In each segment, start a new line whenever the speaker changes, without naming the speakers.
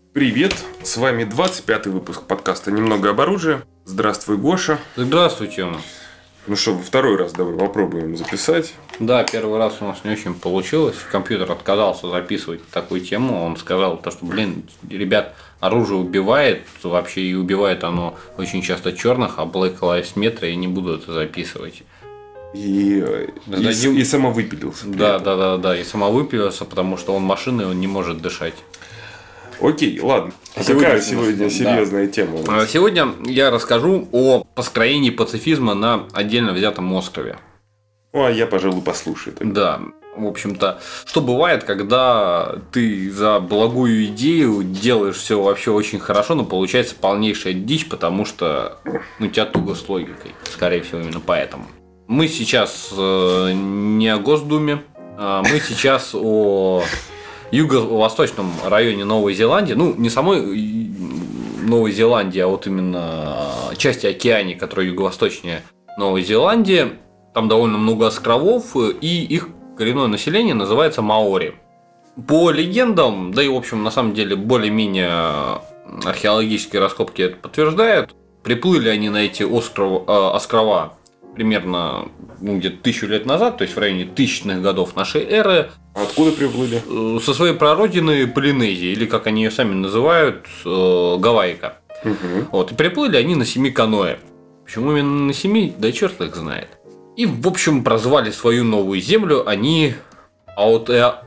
Привет, с вами 25-й выпуск подкаста «Немного об оружии». Здравствуй, Гоша.
Здравствуйте.
Ну что, во второй раз давай попробуем записать.
Да, первый раз у нас не очень получилось. Компьютер отказался записывать такую тему. Он сказал, что, ребят, оружие убивает вообще, и убивает оно очень часто черных, а Black Lives Matter я не буду это записывать.
И самовыпилился.
Да, и самовыпилился, потому что он машина, и он не может дышать.
Окей, ладно. Какая сегодня серьезная тема у нас?
Сегодня я расскажу о построении пацифизма на отдельно взятом острове.
Ну, а я, пожалуй, послушаю.
Да. В общем-то, что бывает, когда ты за благую идею делаешь все вообще очень хорошо, но получается полнейшая дичь, потому что у тебя туго с логикой. Скорее всего, именно поэтому. Мы сейчас не о Госдуме, мы сейчас о юго-восточном районе Новой Зеландии, ну, не самой Новой Зеландии, а вот именно части океании, которая юго-восточнее Новой Зеландии. Там довольно много островов, и их коренное население называется маори. По легендам, да и, в общем, на самом деле, более-менее археологические раскопки это подтверждают, приплыли они на эти острова примерно где-то 1000 лет назад, то есть в районе 1000-х годов нашей эры.
Откуда приплыли?
Со своей прародины Полинезии, или как они ее сами называют, Гавайика.
Угу.
Вот, и приплыли они на 7 каноэ. Почему именно на 7? Да черт их знает. И, в общем, прозвали свою новую землю они Аотеароа.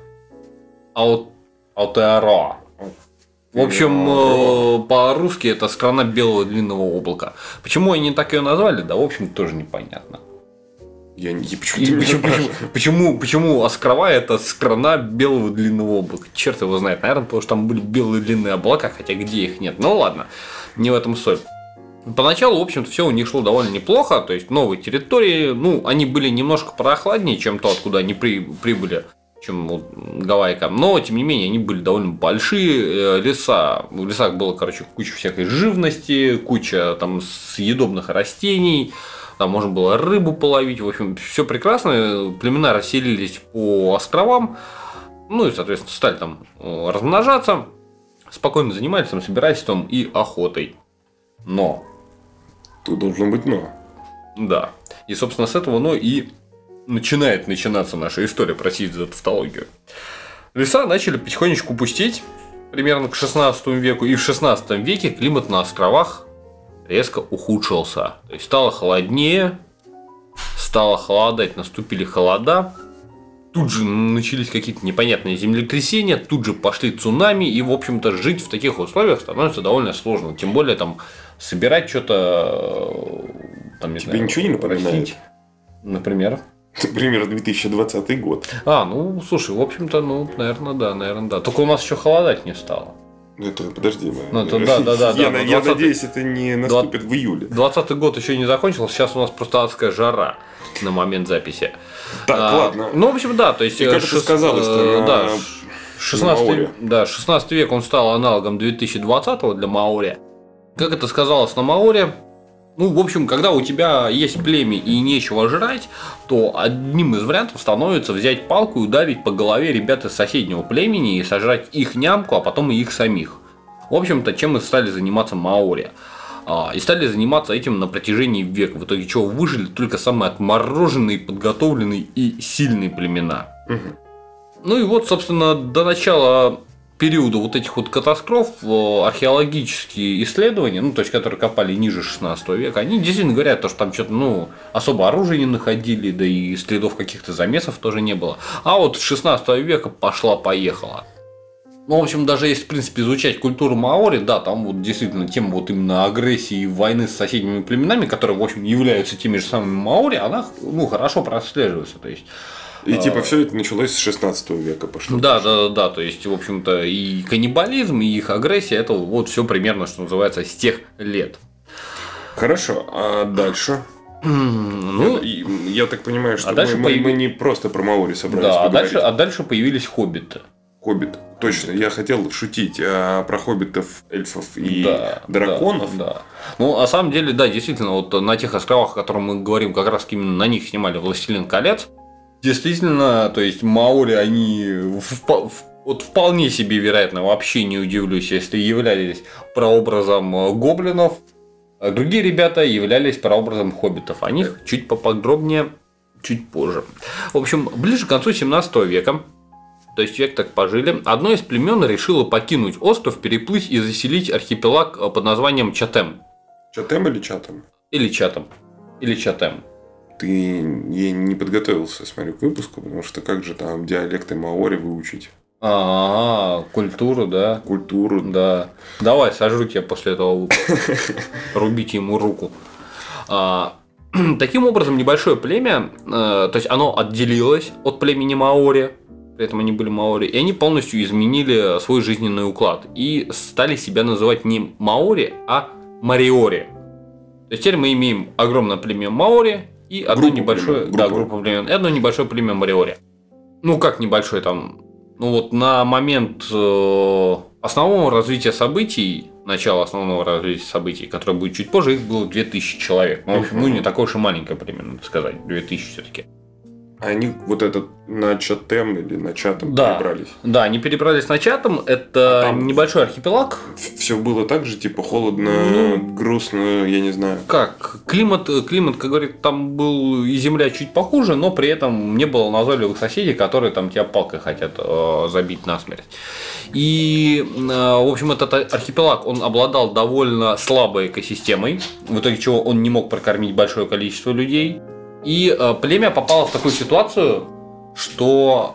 В общем, по-русски это страна белого длинного облака. Почему они так ее назвали, да, в общем, тоже непонятно. Почему острова это страна белого длинного облака? Черт его знает, наверное, потому что там были белые длинные облака, хотя где их нет. Ну ладно, не в этом суть. Поначалу, в общем-то, все у них шло довольно неплохо, то есть новые территории, ну, они были немножко прохладнее, чем то, откуда они прибыли, чем вот Гавайка, но, тем не менее, они были довольно большие, леса, в лесах было, куча всякой живности, куча там съедобных растений, там можно было рыбу половить, в общем, все прекрасно, племена расселились по островам, ну и, соответственно, стали там размножаться, спокойно занимались там собирательством и охотой. Но.
Тут должно быть но.
Да. И, собственно, с этого но и начинает начинаться наша история, простите за тавтологию. Леса начали потихонечку пустеть, примерно к 16 веку, и в 16 веке климат на островах резко ухудшился. То есть стало холоднее, стало холодать, наступили холода, тут же начались какие-то непонятные землетрясения, тут же пошли цунами, и, в общем-то, жить в таких условиях становится довольно сложно. Тем более, там, собирать что-то, там, не
Тебе
знаю,
ничего не напоминает?
Например?
Например, 2020 год.
Ну, слушай, в общем-то, наверное, да. Только у нас еще холодать не стало.
Это, подожди.
Да.
Я надеюсь, это не наступит в июле.
20-й год еще не закончился, сейчас у нас просто адская жара на момент записи.
Так, ладно.
Ну, в общем, да, то есть...
И как это сказалось-то
да, 16 век он стал аналогом 2020-го для маори. Как это сказалось на маори? Ну, в общем, когда у тебя есть племя и нечего жрать, то одним из вариантов становится взять палку и ударить по голове ребят из соседнего племени и сожрать их нямку, а потом и их самих. В общем-то, чем и стали заниматься маори. И стали заниматься этим на протяжении века. В итоге чего выжили только самые отмороженные, подготовленные и сильные племена. Угу. Ну и вот, собственно, до начала периода вот этих вот катастроф археологические исследования, ну, то есть, которые копали ниже 16 века, они действительно говорят, что там что-то, особо оружия не находили, да и следов каких-то замесов тоже не было. А вот с 16 века пошла-поехала. Ну, в общем, даже если, в принципе, изучать культуру маори, да, там вот действительно тема вот именно агрессии и войны с соседними племенами, которые, в общем, являются теми же самыми маори, она, хорошо прослеживается, то есть...
И все это началось с 16 века пошло.
Да, то есть, в общем-то, и каннибализм, и их агрессия, это вот все примерно, что называется, с тех лет.
Хорошо, а дальше? Я так понимаю, что мы не просто про маори собрались поговорить.
А дальше появились хоббиты.
Хоббит, точно. Я хотел шутить про хоббитов, эльфов и драконов.
Да. Ну, на самом деле, да, действительно, вот на тех островах, о которых мы говорим, как раз именно на них снимали «Властелин колец». Действительно, то есть маори, они вот вполне себе вероятно, вообще не удивлюсь, если являлись прообразом гоблинов, а другие ребята являлись прообразом хоббитов. О них чуть поподробнее, чуть позже. В общем, ближе к концу 17 века, то есть век так пожили, одно из племен решило покинуть остров, переплыть и заселить архипелаг под названием Чатем.
Чатем или Чатем?
Или Чатем. Или Чатем.
Ты не подготовился, смотрю, к выпуску, потому что как же там диалекты маори выучить?
Культуру, да.
Культуру.
Да. Давай, сожру тебя после этого выпуска. Рубите ему руку. Таким образом, небольшое племя, то есть оно отделилось от племени маори, при этом они были маори, и они полностью изменили свой жизненный уклад и стали себя называть не маори, а мариори. То есть теперь мы имеем огромное племя маори и одно небольшое группу племен, и одно небольшое племя мариори. Ну как небольшое там? Ну вот на момент основного развития событий, начала основного развития событий, которое будет чуть позже, их было 2000 человек. Ну, в общем, не такое уж и маленькое племя, надо сказать, 2000 все-таки.
Они вот этот на Чатем или на Чатем перебрались? Да,
они перебрались на Чатем. Это небольшой архипелаг.
Все было так же, типа холодно, грустно, я не знаю.
Как? Климат, как говорит, там был и земля чуть похуже, но при этом не было назойливых соседей, которые там тебя палкой хотят забить насмерть. И, в общем, этот архипелаг, он обладал довольно слабой экосистемой, в итоге чего он не мог прокормить большое количество людей. И племя попало в такую ситуацию, что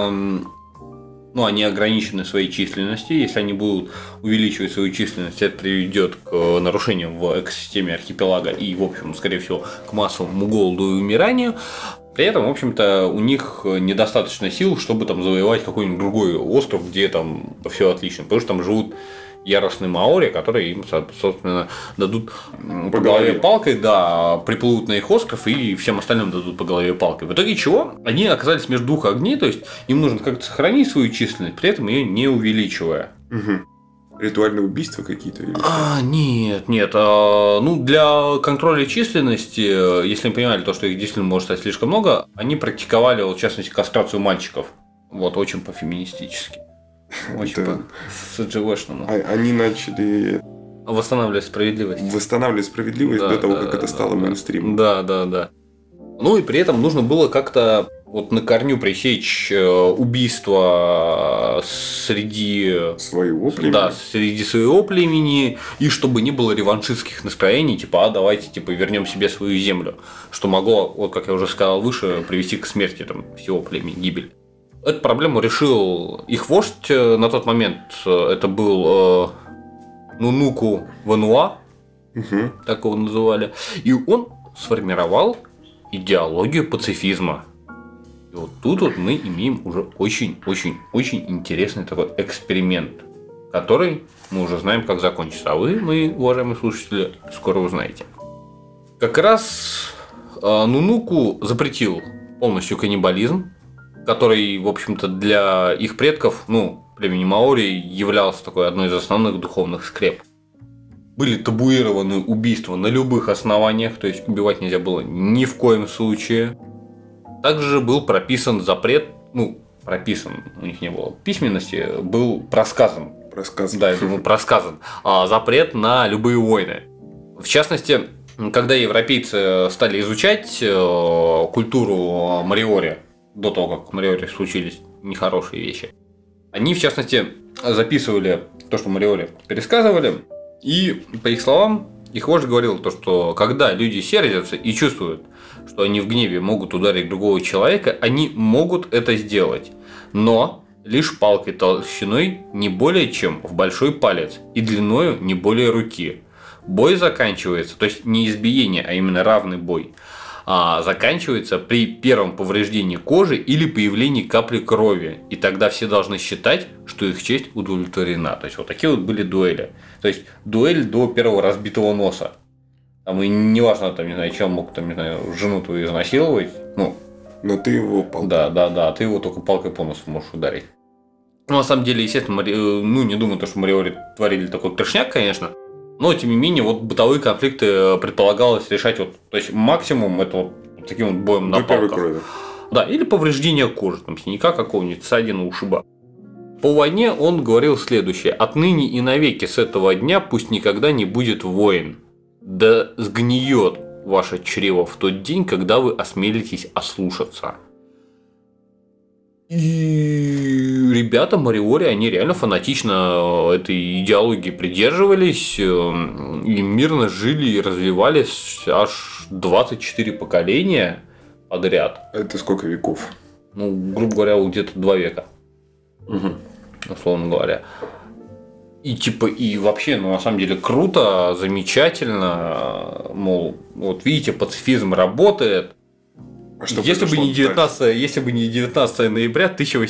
они ограничены своей численностью. Если они будут увеличивать свою численность, это приведет к нарушениям в экосистеме архипелага и, в общем, скорее всего, к массовому голоду и умиранию. При этом, в общем-то, у них недостаточно сил, чтобы там завоевать какой-нибудь другой остров, где там все отлично, потому что там живут яростные маори, которые им, собственно, дадут по голове палкой, да, приплывут на их остров и всем остальным дадут по голове палкой. В итоге чего? Они оказались между двух огней, то есть им нужно как-то сохранить свою численность, при этом ее не увеличивая.
Угу. Ритуальные убийства какие-то? Или
нет. Для контроля численности, если они понимали, то, что их действительно может стать слишком много, они практиковали, в частности, кастрацию мальчиков. Вот, очень по-феминистически. Очень по-СДЖВшному.
Они начали
восстанавливать справедливость.
До того, как это стало мейнстримом.
Да. Ну и при этом нужно было как-то вот на корню пресечь убийства среди
своего племени.
Да, среди своего племени, и чтобы не было реваншистских настроений, типа, давайте вернем себе свою землю, что могло, вот как я уже сказал выше, привести к смерти там всего племени, гибель. Эту проблему решил их вождь на тот момент. Это был Нунуку Вануа, так его называли. И он сформировал идеологию пацифизма. И вот тут вот мы имеем уже очень-очень-очень интересный такой эксперимент, который мы уже знаем, как закончится. А вы, мои уважаемые слушатели, скоро узнаете. Как раз Нунуку запретил полностью каннибализм, который, в общем-то, для их предков, племени маори, являлся такой одной из основных духовных скреп. Были табуированы убийства на любых основаниях, то есть убивать нельзя было ни в коем случае. Также был прописан запрет, прописан, у них не было письменности, был просказан. Да, я думаю, просказан. Запрет на любые войны. В частности, когда европейцы стали изучать культуру мариори, до того, как в мариори случились нехорошие вещи, они, в частности, записывали то, что мариори пересказывали, и, по их словам, их вождь говорил, что когда люди сердятся и чувствуют, что они в гневе могут ударить другого человека, они могут это сделать, но лишь палкой толщиной не более чем в большой палец и длиною не более руки. Бой заканчивается, то есть не избиение, а именно равный бой, заканчивается при первом повреждении кожи или появлении капли крови. И тогда все должны считать, что их честь удовлетворена. То есть вот такие вот были дуэли. То есть дуэль до первого разбитого носа. Там и неважно, чем мог жену твою изнасиловать.
Но ты его палкой.
Да, ты его только палкой по носу можешь ударить. На самом деле, естественно, не думаю, что мариори творили такой трешняк, конечно. Но, тем не менее, вот бытовые конфликты предполагалось решать то есть максимум это вот таким вот боем на палках. Да, или повреждение кожи, синяка какого-нибудь, ссадины, ушиба. По войне он говорил следующее: «Отныне и навеки с этого дня пусть никогда не будет войн. Да сгниет ваше чрево в тот день, когда вы осмелитесь ослушаться». И ребята Мориори, они реально фанатично этой идеологии придерживались и мирно жили и развивались аж 24 поколения подряд.
Это сколько веков?
Ну, грубо говоря, где-то 2 века.
Угу.
Условно говоря. И типа, и вообще, ну, на самом деле, круто, замечательно. Мол, вот видите, пацифизм работает.
А что
если бы не 19 ноября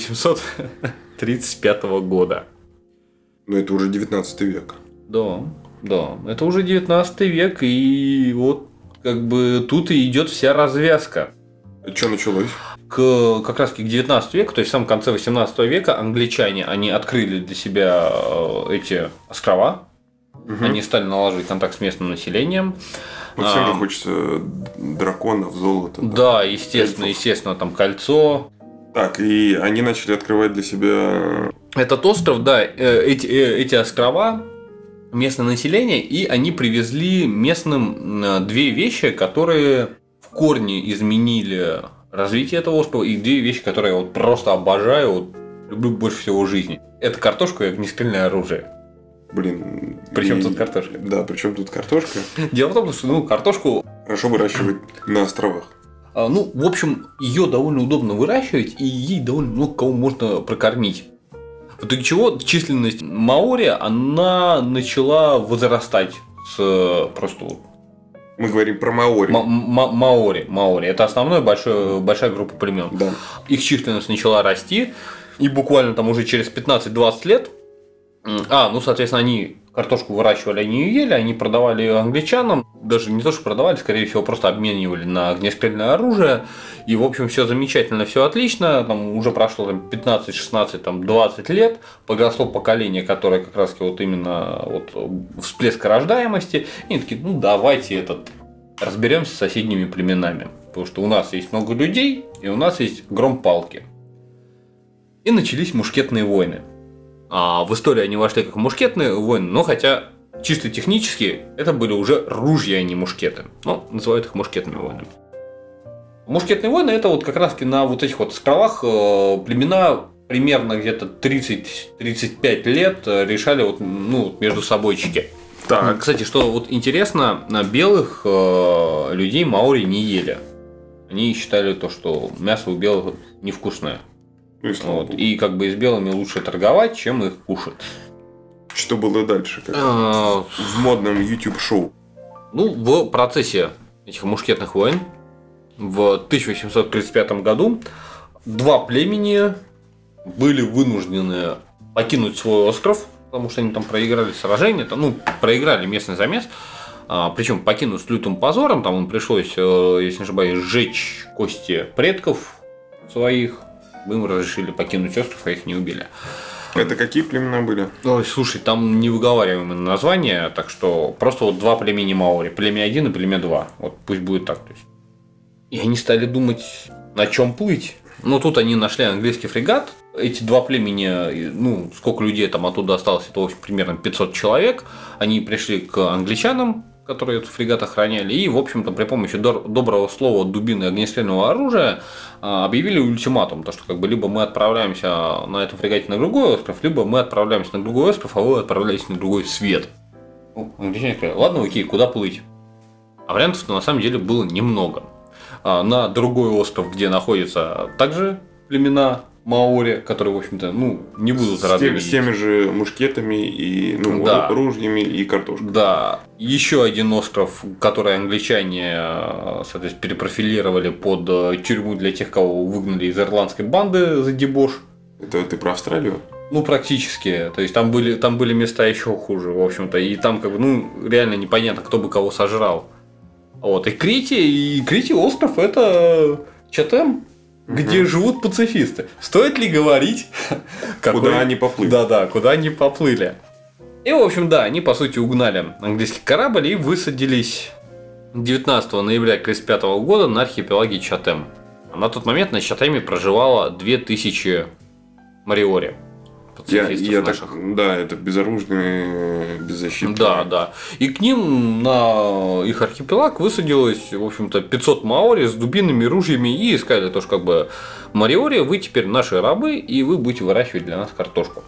1835 года.
Ну, это уже 19 век.
Да, это уже 19 век, и вот как бы тут и идет вся развязка.
А что началось?
Как раз к 19 веку, то есть в самом конце 18 века, англичане, они открыли для себя эти острова. Угу. Они стали налаживать контакт с местным населением.
Вот всем же хочется драконов, золота.
Да, естественно, там кольцо.
Так, и они начали открывать для себя...
Этот остров, да, эти острова, местное население, и они привезли местным 2 вещи, которые в корне изменили развитие этого острова, и 2 вещи, которые я вот просто обожаю, вот, люблю больше всего в жизни. Это картошка и огнестрельное оружие.
Блин.
Причем тут картошка?
Да, причем тут картошка.
Дело в том, что картошку
хорошо выращивать на островах.
Ну, в общем, ее довольно удобно выращивать, и ей довольно много кого можно прокормить. В итоге чего численность маори, она начала возрастать с просто вот.
Мы говорим про маори.
Маори. Это основная большая группа племен.
Да.
Их численность начала расти, и буквально там уже через 15-20 лет. Соответственно, они картошку выращивали, они ее ели, они продавали ее англичанам. Даже не то, что продавали, скорее всего, просто обменивали на огнестрельное оружие. И, в общем, все замечательно, все отлично. Там уже прошло 15, 16, 20 лет. Подросло поколение, которое как раз вот именно вот всплеск рождаемости. И они такие, давайте разберемся с соседними племенами. Потому что у нас есть много людей, и у нас есть гром палки. И начались мушкетные войны. В историю они вошли как мушкетные войны, но хотя чисто технически это были уже ружья, а не мушкеты. Но называют их мушкетными войнами. Мушкетные войны — это вот как раз на вот этих вот островах племена примерно где-то 30-35 лет решали между собойчики.
Так.
Кстати, что вот интересно, белых людей маори не ели. Они считали то, что мясо у белых невкусное. И как бы и с белыми лучше торговать, чем их кушать.
Что было дальше? В модном YouTube-шоу.
В процессе этих мушкетных войн в 1835 году 2 племени были вынуждены покинуть свой остров, потому что они там проиграли сражение, проиграли местный замес. Причем покинуть с лютым позором, там им пришлось, если не ошибаюсь, сжечь кости предков своих. Им разрешили покинуть остров, а их не убили.
Это какие племена были?
Ой, слушай, там невыговариваемое название, так что просто вот 2 племени маори. Племя 1 и племя 2. Вот пусть будет так. То есть. И они стали думать, на чем плыть. Тут они нашли английский фрегат. Эти 2 племени, сколько людей там оттуда осталось, это в общем примерно 500 человек. Они пришли к англичанам, которые этот фрегат охраняли, и, в общем-то, при помощи доброго слова, дубины и огнестрельного оружия объявили ультиматум, то, что как бы либо мы отправляемся на этом фрегате на другой остров, либо мы отправляемся на другой остров, а вы отправляетесь на другой свет. Англичане сказали, ладно, окей, куда плыть? А вариантов-то на самом деле было немного. На другой остров, где находятся также племена маори, которые, в общем-то, не будут рады.
С теми же мушкетами и ружьями и картошкой.
Да. Еще один остров, который англичане, соответственно, перепрофилировали под тюрьму для тех, кого выгнали из ирландской банды за дебош.
Это ты про Австралию?
Практически. То есть там были места еще хуже, в общем-то. И там реально непонятно, кто бы кого сожрал. И Третий остров — это Чатем, где живут пацифисты. Стоит ли говорить,
куда они поплыли?
Да, куда они поплыли. И, в общем, они, по сути, угнали английский корабль и высадились 19 ноября 1935 года на архипелаге Чатем. На тот момент на Чатеме проживало 2000 мориори. пацифистов наших.
Да, это безоружные, беззащитные.
Да. И к ним на их архипелаг высадилось, в общем-то, 500 маори с дубинами, ружьями и сказали, то, что как бы мариори, вы теперь наши рабы, и вы будете выращивать для нас картошку.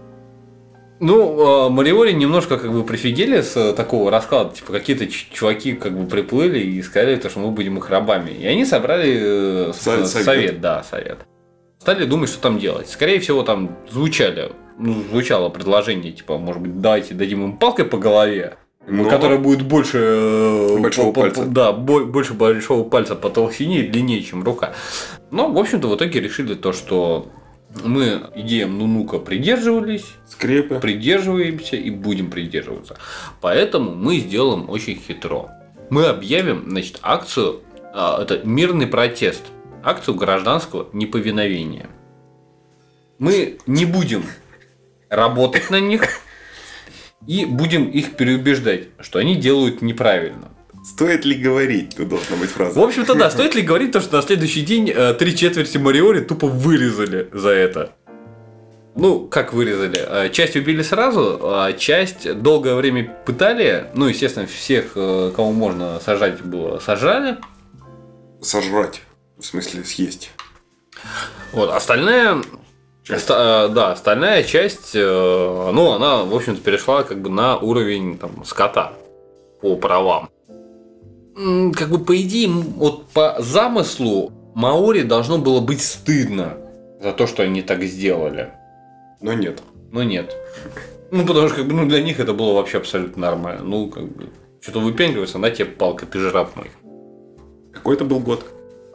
Ну, мариори немножко как бы прифигели с такого расклада, типа какие-то чуваки как бы приплыли и сказали, что мы будем их рабами. И они собрали совет. Стали думать, что там делать. Скорее всего, там звучало предложение, типа, может быть, давайте дадим им палкой по голове, которая будет больше
большого пальца.
Да, больше большого пальца по толщине и длиннее, чем рука. Но, в общем-то, в итоге решили то, что мы идеям Нунука придерживались, придерживаемся и будем придерживаться. Поэтому мы сделаем очень хитро. Мы объявим, значит, акцию, это мирный протест, акцию гражданского неповиновения. Мы не будем работать на них и будем их переубеждать, что они делают неправильно.
Стоит ли говорить? Тут должна быть фраза.
В общем-то, да, стоит ли говорить то, что на следующий день 3/4 мариори тупо вырезали за это. Ну, как вырезали? Часть убили сразу, а часть долгое время пытали. Ну, естественно, всех, кого можно сажать было, сажали.
Сожрать. В смысле, съесть.
Вот, остальная часть, ну, она, в общем-то, перешла как бы на уровень там, скота по правам. Как бы по идее, вот по замыслу маори должно было быть стыдно за то, что они так сделали.
Но нет.
Ну, потому что как бы, для них это было вообще абсолютно нормально. Ну, как бы, что-то выпендриваться, на тебе палка, ты же раб мой.
Какой это был год?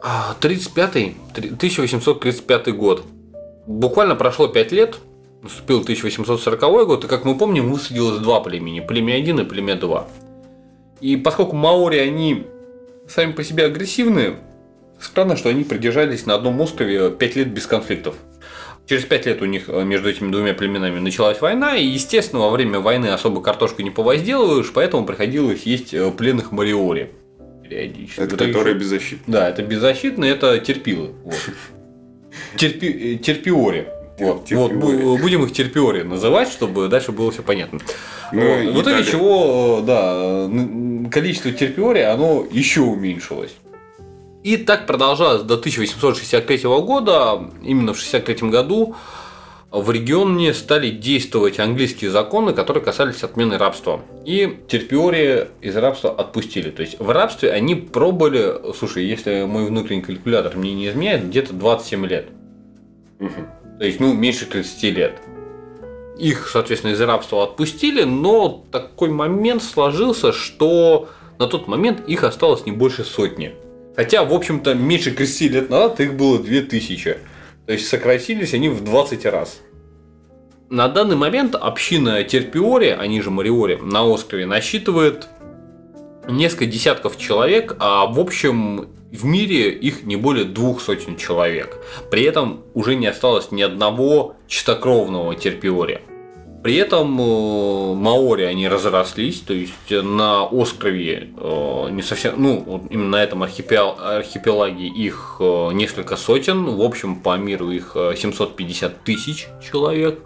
1835 год. Буквально прошло 5 лет, наступил 1840 год, и, как мы помним, высадилось 2 племени. Племя 1 и племя 2. И поскольку маори, они сами по себе агрессивные, странно, что они продержались на одном острове 5 лет без конфликтов. Через 5 лет у них между этими двумя племенами началась война, и, естественно, во время войны особо картошку не повозделываешь, поэтому приходилось есть пленных мариори периодически.
Это которые беззащитные?
Да, это беззащитные, это терпилы. Вот. Терпиори. Вот, будем их терпиори называть, чтобы дальше было все понятно. В итоге чего, да, количество терпиори, оно еще уменьшилось. И так продолжалось до 1863 года. Именно в 1863 году в регионе стали действовать английские законы, которые касались отмены рабства. И терпиори из рабства отпустили. То есть в рабстве они пробыли, слушай, если мой внутренний калькулятор мне не изменяет, где-то 27 лет. То есть, меньше 30 лет. Их, соответственно, из рабства отпустили, но такой момент сложился, что на тот момент их осталось не больше 100. Хотя, в общем-то, меньше 30 лет назад их было 2000. То есть сократились они в 20 раз. На данный момент община терпиори, они же мариори, на острове насчитывает несколько десятков человек, а в общем в мире их не более 200 человек. При этом уже не осталось ни одного чистокровного терпиори. При этом маори они разрослись, то есть на острове не совсем, именно на этом архипелаге их несколько сотен, в общем по миру их 750 тысяч человек.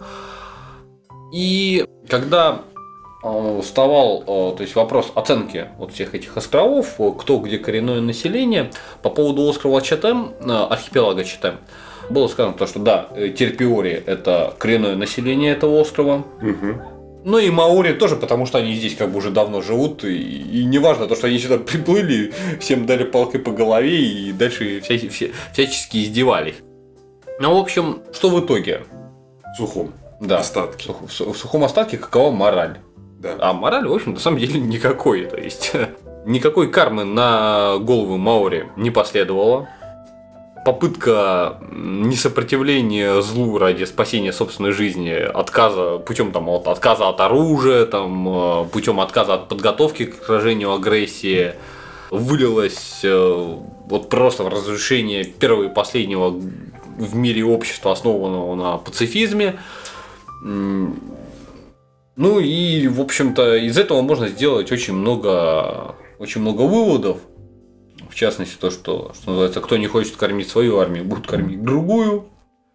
И когда вставал, то есть вопрос оценки вот всех этих островов, кто где коренное население, по поводу острова Чатем, архипелага Чатем, было сказано то, что да, терпиори – это коренное население этого острова. Ну и маори тоже, потому что они здесь как бы уже давно живут, и не важно то, что они сюда приплыли, всем дали палкой по голове и дальше всячески издевались. Ну, в общем, что в итоге?
В сухом остатке.
В сухом остатке какова мораль?
Да.
А мораль, в общем, на самом деле никакой. То есть никакой кармы на голову маори не последовало. Попытка несопротивления злу ради спасения собственной жизни, путем отказа от оружия, путем отказа от подготовки к сражению, агрессии, вылилась вот просто в разрушение первого и последнего в мире общества, основанного на пацифизме. Ну и, в общем-то, из этого можно сделать очень много выводов. В частности, то, что называется, кто не хочет кормить свою армию, будет кормить другую.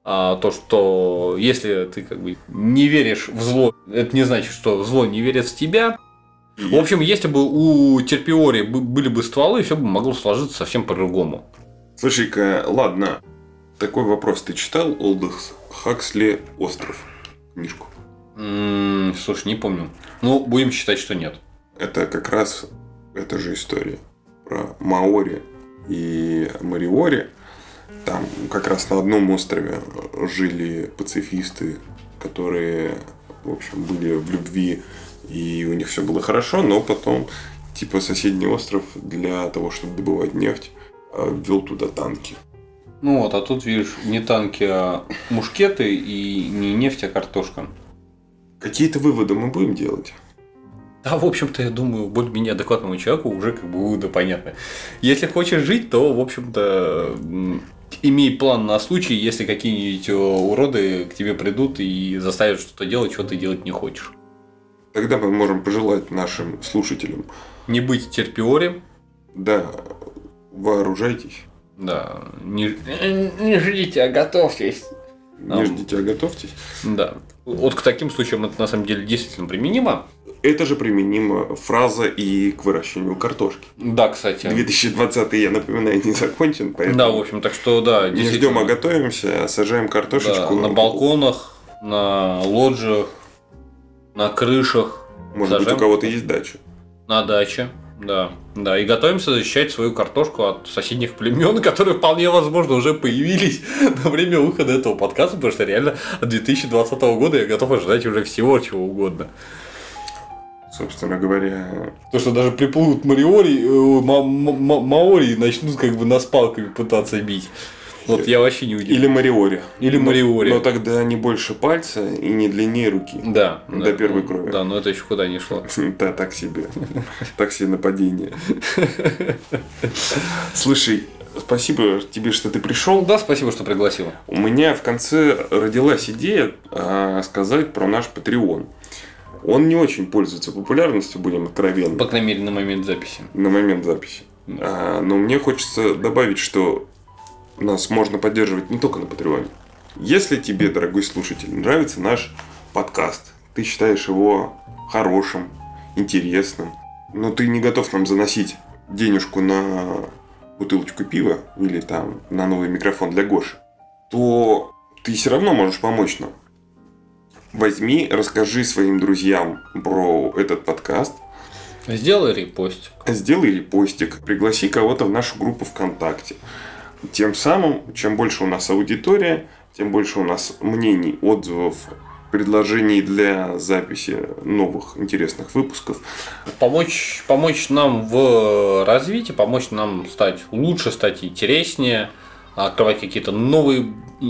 то, что если ты как бы не веришь в зло, это не значит, что зло не верит в тебя. В общем, если бы у Терпиори были бы стволы, все бы могло сложиться совсем по-другому.
Слушай-ка, ладно, такой вопрос. Ты читал Олдос Хаксли «Остров» книжку?
Слушай, не помню. Ну, будем считать, что нет.
Это как раз эта же история про Маори и Мориори. Там как раз на одном острове жили пацифисты, которые, в общем, были в любви, и у них все было хорошо, но потом, типа, соседний остров для того, чтобы добывать нефть, ввел туда танки.
Ну вот, а тут, видишь, не танки, а мушкеты, и не нефть, а картошка.
Какие-то выводы мы будем делать?
Да, в общем-то, я думаю, более-менее адекватному человеку уже как бы выводы понятны. Если хочешь жить, то, в общем-то, имей план на случай, если какие-нибудь уроды к тебе придут и заставят что-то делать, что ты делать не хочешь.
Тогда мы можем пожелать нашим слушателям
не быть терпиори.
Да, вооружайтесь.
Да, не ждите, а готовьтесь.
Не ждите, а готовьтесь.
Да. Вот к таким случаям это на самом деле действительно применимо.
Это же применима фраза и к выращиванию картошки.
Да, кстати.
2020, я напоминаю, не закончен, поэтому...
Да, в общем, так что, да,
не ждем, а готовимся, сажаем картошечку.
Да, на балконах, на лоджиях, на крышах.
Может быть, у кого-то есть дача.
На даче, да. Да, и готовимся защищать свою картошку от соседних племен, которые вполне возможно уже появились на время выхода этого подкаста, потому что реально от 2020 года я готов ожидать уже всего чего угодно.
Собственно говоря...
То, что даже приплывут маори и начнут как бы нас палками пытаться бить. Вот я вообще не удивлен.
Или мориори.
Или мориори.
Но тогда не больше пальца и не длиннее руки.
Да.
До первой крови.
Да, но это еще куда не шло.
Да, так себе. Так себе нападение. Слушай, спасибо тебе, что ты пришел.
Да, спасибо, что пригласил.
У меня в конце родилась идея сказать про наш Patreon. Он не очень пользуется популярностью, будем откровенны.
По крайней мере, на момент записи.
На момент записи. Но мне хочется добавить, что нас можно поддерживать не только на Патреоне. Если тебе, дорогой слушатель, нравится наш подкаст, ты считаешь его хорошим, интересным, но ты не готов нам заносить денежку на бутылочку пива или там на новый микрофон для Гоши, то ты все равно можешь помочь нам. Возьми, расскажи своим друзьям про этот подкаст.
Сделай репостик.
Пригласи кого-то в нашу группу ВКонтакте. Тем самым, чем больше у нас аудитория, тем больше у нас мнений, отзывов, предложений для записи новых интересных выпусков.
Помочь нам в развитии, помочь нам стать лучше, стать интереснее, открывать какие-то новые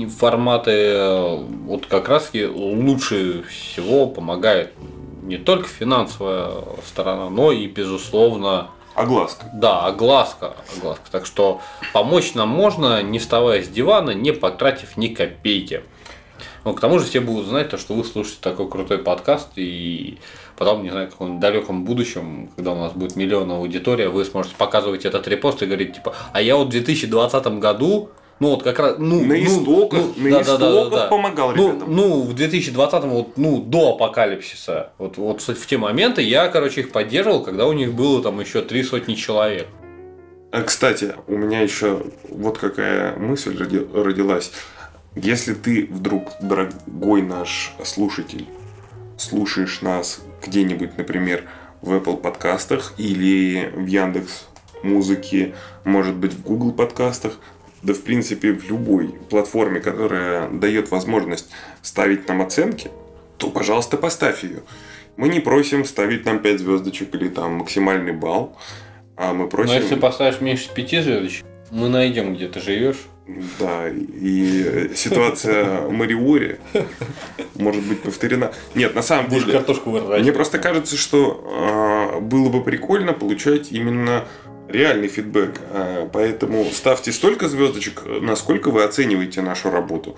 форматы. Вот как раз лучше всего помогает не только финансовая сторона, но и, безусловно,
огласка.
Да, огласка. Так что помочь нам можно, не вставая с дивана, не потратив ни копейки. Но к тому же все будут знать, что вы слушаете такой крутой подкаст, и потом, не знаю, в каком-нибудь далеком будущем, когда у нас будет миллион аудитория, вы сможете показывать этот репост и говорить, типа, а я вот в 2020 году, ну вот как раз,
на истоках помогал ребятам.
В 2020 до апокалипсиса, вот в те моменты я, их поддерживал, когда у них было там еще 300 человек.
Кстати, у меня еще вот какая мысль родилась. Если ты вдруг, дорогой наш слушатель, слушаешь нас где-нибудь, например, в Apple подкастах или в Яндекс.Музыке, может быть, в Google подкастах, да, в принципе, в любой платформе, которая дает возможность ставить нам оценки, то, пожалуйста, поставь ее. Мы не просим ставить нам 5 звездочек или там максимальный балл, а мы просим...
Но если поставишь меньше 5 звездочек, мы найдем, где ты живешь.
Да, и ситуация Мориори может быть повторена. Нет, на самом деле,
картошку выращивать.
Мне просто кажется, что было бы прикольно получать именно реальный фидбэк. Поэтому ставьте столько звездочек, насколько вы оцениваете нашу работу.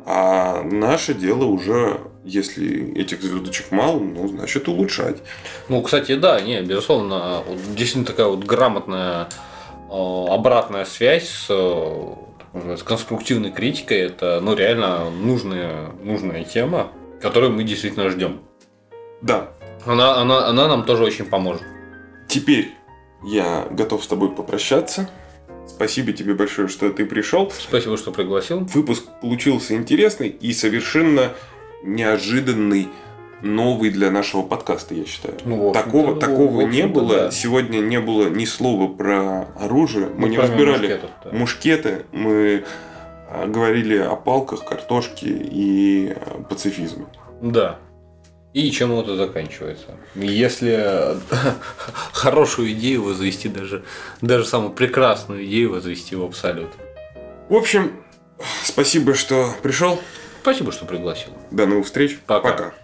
А наше дело уже, если этих звездочек мало, значит улучшать.
Кстати, да, безусловно, действительно такая вот грамотная обратная связь с С конструктивной критикой это реально нужная тема, которую мы действительно ждем.
Да.
Она нам тоже очень поможет.
Теперь я готов с тобой попрощаться. Спасибо тебе большое, что ты пришел.
Спасибо, что пригласил.
Выпуск получился интересный и совершенно неожиданный, новый для нашего подкаста, я считаю. Такого не было. Да. Сегодня не было ни слова про оружие. Мы не разбирали мушкеты. Мы говорили о палках, картошке и пацифизме.
Да. И чем это заканчивается? Если хорошую идею возвести, даже самую прекрасную идею возвести в абсолют.
В общем, спасибо, что пришел.
Спасибо, что пригласил.
До новых встреч.
Пока.